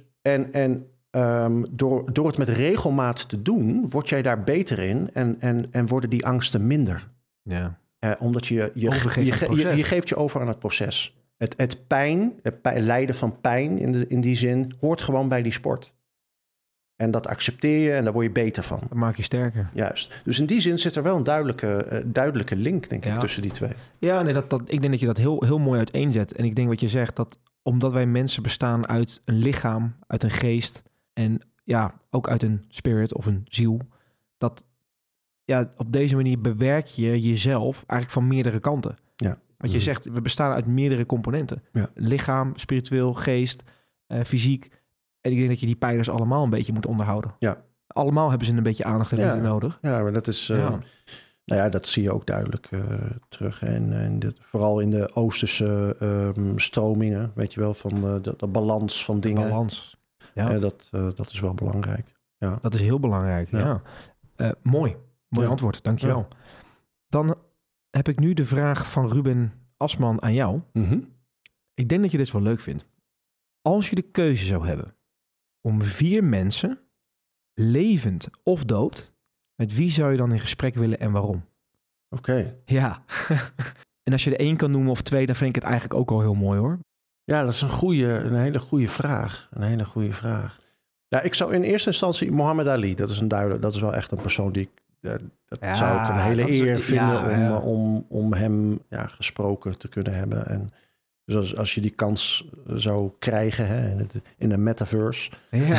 door het met regelmaat te doen... word jij daar beter in en worden die angsten minder. Ja. Omdat je geeft je over aan het proces. Het lijden van pijn in die zin... hoort gewoon bij die sport. En dat accepteer je en daar word je beter van. Dat maakt je sterker. Juist. Dus in die zin zit er wel een duidelijke link, denk ik, tussen die twee. Ja, nee, ik denk dat je dat heel mooi uiteenzet. En ik denk wat je zegt, dat omdat wij mensen bestaan uit een lichaam, uit een geest... en ook uit een spirit of een ziel... dat op deze manier bewerk je jezelf eigenlijk van meerdere kanten. Ja. Want je zegt, we bestaan uit meerdere componenten. Ja. Lichaam, spiritueel, geest, fysiek... En ik denk dat je die pijlers allemaal een beetje moet onderhouden. Ja. Allemaal hebben ze een beetje aandacht en liefde nodig. Ja, maar dat is... dat zie je ook duidelijk terug. En vooral in de Oosterse stromingen, weet je wel, van de balans van dingen. Balans. Ja. Dat is wel belangrijk. Ja. Dat is heel belangrijk, ja. Mooi antwoord, dankjewel. Ja. Dan heb ik nu de vraag van Ruben Asman aan jou. Mm-hmm. Ik denk dat je dit wel leuk vindt. Als je de keuze zou hebben om 4 mensen, levend of dood, met wie zou je dan in gesprek willen en waarom? Oké. Ja. En als je er 1 kan noemen of 2, dan vind ik het eigenlijk ook al heel mooi hoor. Ja, dat is een hele goede vraag. Ja, ik zou in eerste instantie Muhammad Ali, dat is wel echt een persoon die zou ik een hele eer vinden om hem gesproken te kunnen hebben. En dus als je die kans zou krijgen in de metaverse,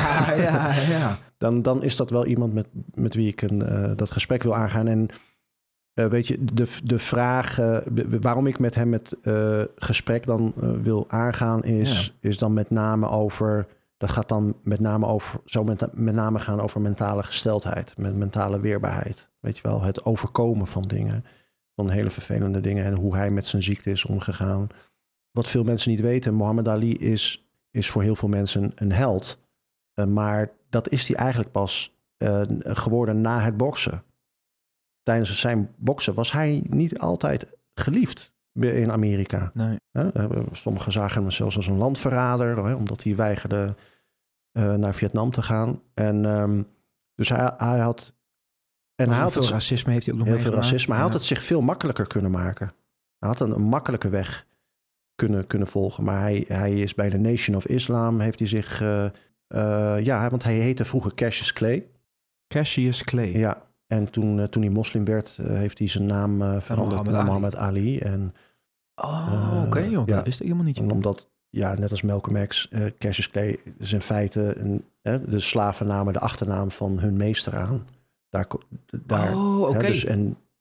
dan is dat wel iemand met wie ik dat gesprek wil aangaan. En weet je, de vraag waarom ik met hem het gesprek dan wil aangaan is dan met name over... Dat gaat dan met name gaan over mentale gesteldheid, met mentale weerbaarheid. Weet je wel, het overkomen van dingen, van hele vervelende dingen en hoe hij met zijn ziekte is omgegaan. Wat veel mensen niet weten, Muhammad Ali is voor heel veel mensen een held. Maar dat is hij eigenlijk pas geworden na het boksen. Tijdens zijn boksen was hij niet altijd geliefd in Amerika. Nee. Sommigen zagen hem zelfs als een landverrader, omdat hij weigerde naar Vietnam te gaan. En dus hij had... En hij had veel racisme heeft hij ook nog heel veel racisme. Hij had het zich veel makkelijker kunnen maken. Hij had een makkelijke weg kunnen volgen. Maar hij is bij de Nation of Islam, heeft hij zich... want hij heette vroeger Cassius Clay. Cassius Clay. Ja, en toen hij moslim werd, heeft hij zijn naam veranderd naar Muhammad Ali. En, oké, dat wist ik helemaal niet. Omdat, net als Malcolm X, Cassius Clay is in feite de slaven namen de achternaam van hun meester aan. Dus,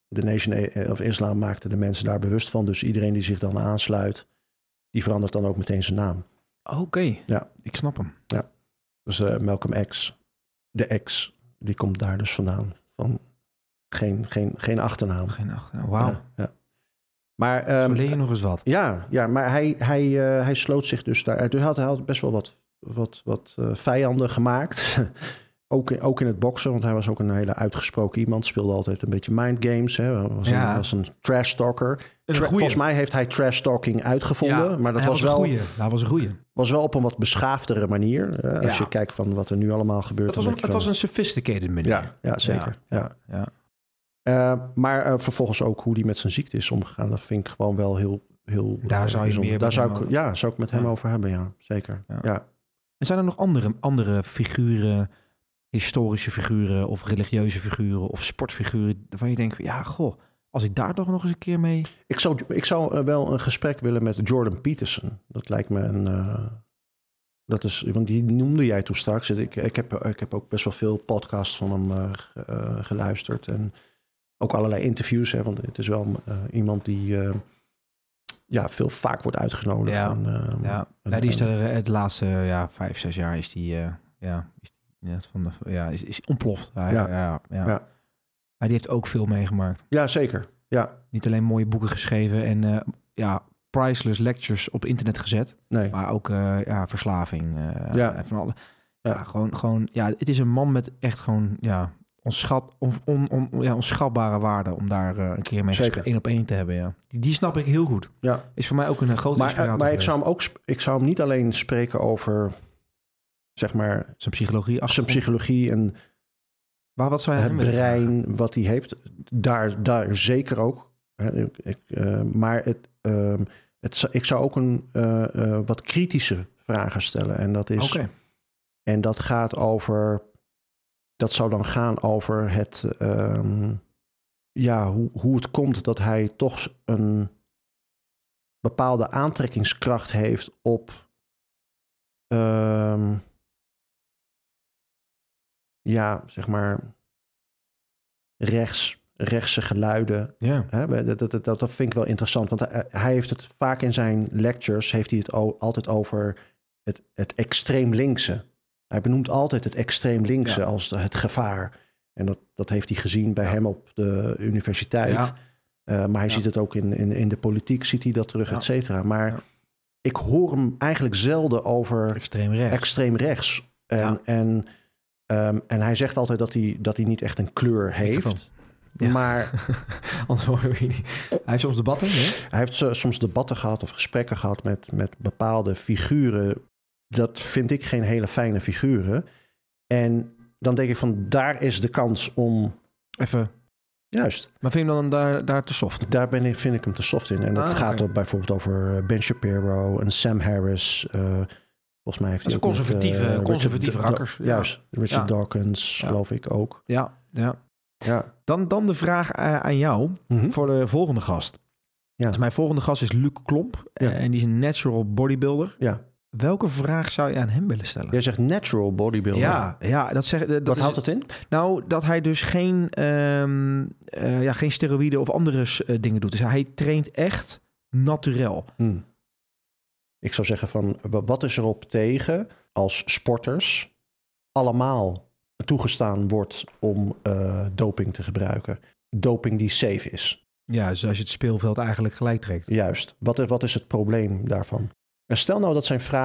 de Nation of Islam maakte de mensen daar bewust van. Dus iedereen die zich dan aansluit, die verandert dan ook meteen zijn naam. Oké, ja. Ik snap hem. Ja. Dus Malcolm X, de X, die komt daar dus vandaan. Van geen achternaam. Geen achternaam, wauw. Ja. Maar, zo leer je nog eens wat. Ja, maar hij sloot zich dus daar. Dus hij had best wel wat vijanden gemaakt. Ook in het boksen, want hij was ook een hele uitgesproken iemand. Speelde altijd een beetje mindgames. Was een trash talker. Volgens mij heeft hij trash talking uitgevonden. Ja, maar dat was wel een goeie. Hij was een goeie. Was wel op een een beschaafdere manier. Als je kijkt van wat er nu allemaal gebeurt. Het was een sophisticated manier. Ja, zeker. Ja. Maar vervolgens ook hoe die met zijn ziekte is omgegaan. Dat vind ik gewoon wel heel daar zou je bijzonder. meer daar zou ik met hem over hebben. Ja, zeker. Ja. En zijn er nog andere figuren, historische figuren of religieuze figuren of sportfiguren waarvan je denkt, ja, goh, als ik daar toch nog eens een keer mee... Ik zou wel een gesprek willen met Jordan Peterson. Dat lijkt me dat is, want die noemde jij toen straks. Ik heb ook best wel veel podcasts van hem geluisterd. En ook allerlei interviews. Hè, want het is wel iemand die veel vaak wordt uitgenodigd. Die is het laatste 5-6 jaar is die... is ontploft. Maar die heeft ook veel meegemaakt. Ja, zeker. Ja. Niet alleen mooie boeken geschreven en priceless lectures op internet gezet. Nee. Maar ook verslaving. Van alle. Gewoon, het is een man met echt gewoon onschatbare waarde om daar een keer mee 1-op-1 te hebben. Ja. Die snap ik heel goed. Ja. Is voor mij ook een grote inspiratie. Maar ik zou hem niet alleen spreken over... zeg maar... Zijn psychologie en maar wat zou je het brein, wat hij heeft. Daar zeker ook. Maar ik zou ook een wat kritische vragen stellen. En dat is... Okay. En dat gaat over... Dat zou dan gaan over het... hoe het komt dat hij toch een bepaalde aantrekkingskracht heeft op... zeg maar rechtse geluiden. Yeah. Dat vind ik wel interessant. Want hij heeft het vaak in zijn lectures... heeft hij het altijd over het extreem linkse. Hij benoemt altijd het extreem linkse als het gevaar. En dat heeft hij gezien bij hem op de universiteit. Ja. Maar hij ziet het ook in de politiek, ziet hij dat terug, et cetera. Maar ik hoor hem eigenlijk zelden over extreem rechts. En hij zegt altijd dat hij niet echt een kleur heeft. Ja. Maar anders horen we niet. Hij heeft soms debatten. Hè? Hij heeft soms debatten gehad of gesprekken gehad met bepaalde figuren. Dat vind ik geen hele fijne figuren. En dan denk ik van, daar is de kans om... Even... Juist. Maar vind je hem dan daar te soft? Daar vind ik hem te soft in. En dat gaat er bijvoorbeeld over Ben Shapiro en Sam Harris. Volgens mij heeft hij ook conservatieve rakkers. Juist. Richard Dawkins, geloof ik ook. Ja. Dan de vraag aan jou voor de volgende gast. Ja. Dus mijn volgende gast is Luc Klomp. En die is een natural bodybuilder. Ja. Welke vraag zou je aan hem willen stellen? Jij zegt natural bodybuilder. Ja, Wat houdt dat in? Nou, dat hij dus geen steroïden of andere dingen doet. Dus hij traint echt naturel. Ik zou zeggen van, wat is erop tegen als sporters allemaal toegestaan wordt om doping te gebruiken? Doping die safe is. Ja, dus als je het speelveld eigenlijk gelijk trekt. Juist. Wat is het probleem daarvan? En stel nou dat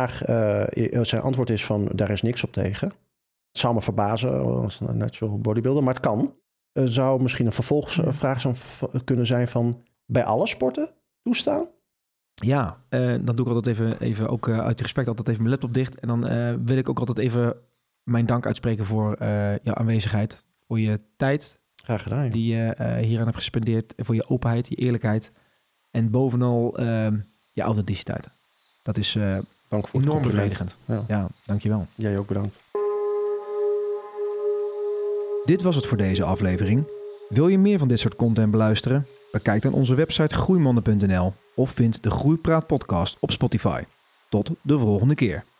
zijn antwoord is van, daar is niks op tegen. Het zou me verbazen als een natural bodybuilder, maar het kan. Zou misschien een vervolgvraag kunnen zijn van, bij alle sporten toestaan? Ja, dan doe ik altijd even ook uit respect altijd even mijn laptop dicht. En dan wil ik ook altijd even mijn dank uitspreken voor jouw aanwezigheid. Voor je tijd. Graag gedaan. Die je hieraan hebt gespendeerd. En voor je openheid, je eerlijkheid. En bovenal je authenticiteit. Dat is dank voor enorm bevredigend. Ja, dankjewel. Jij ook bedankt. Dit was het voor deze aflevering. Wil je meer van dit soort content beluisteren? Bekijk dan onze website groeimonden.nl of vind de Groeipraat podcast op Spotify. Tot de volgende keer.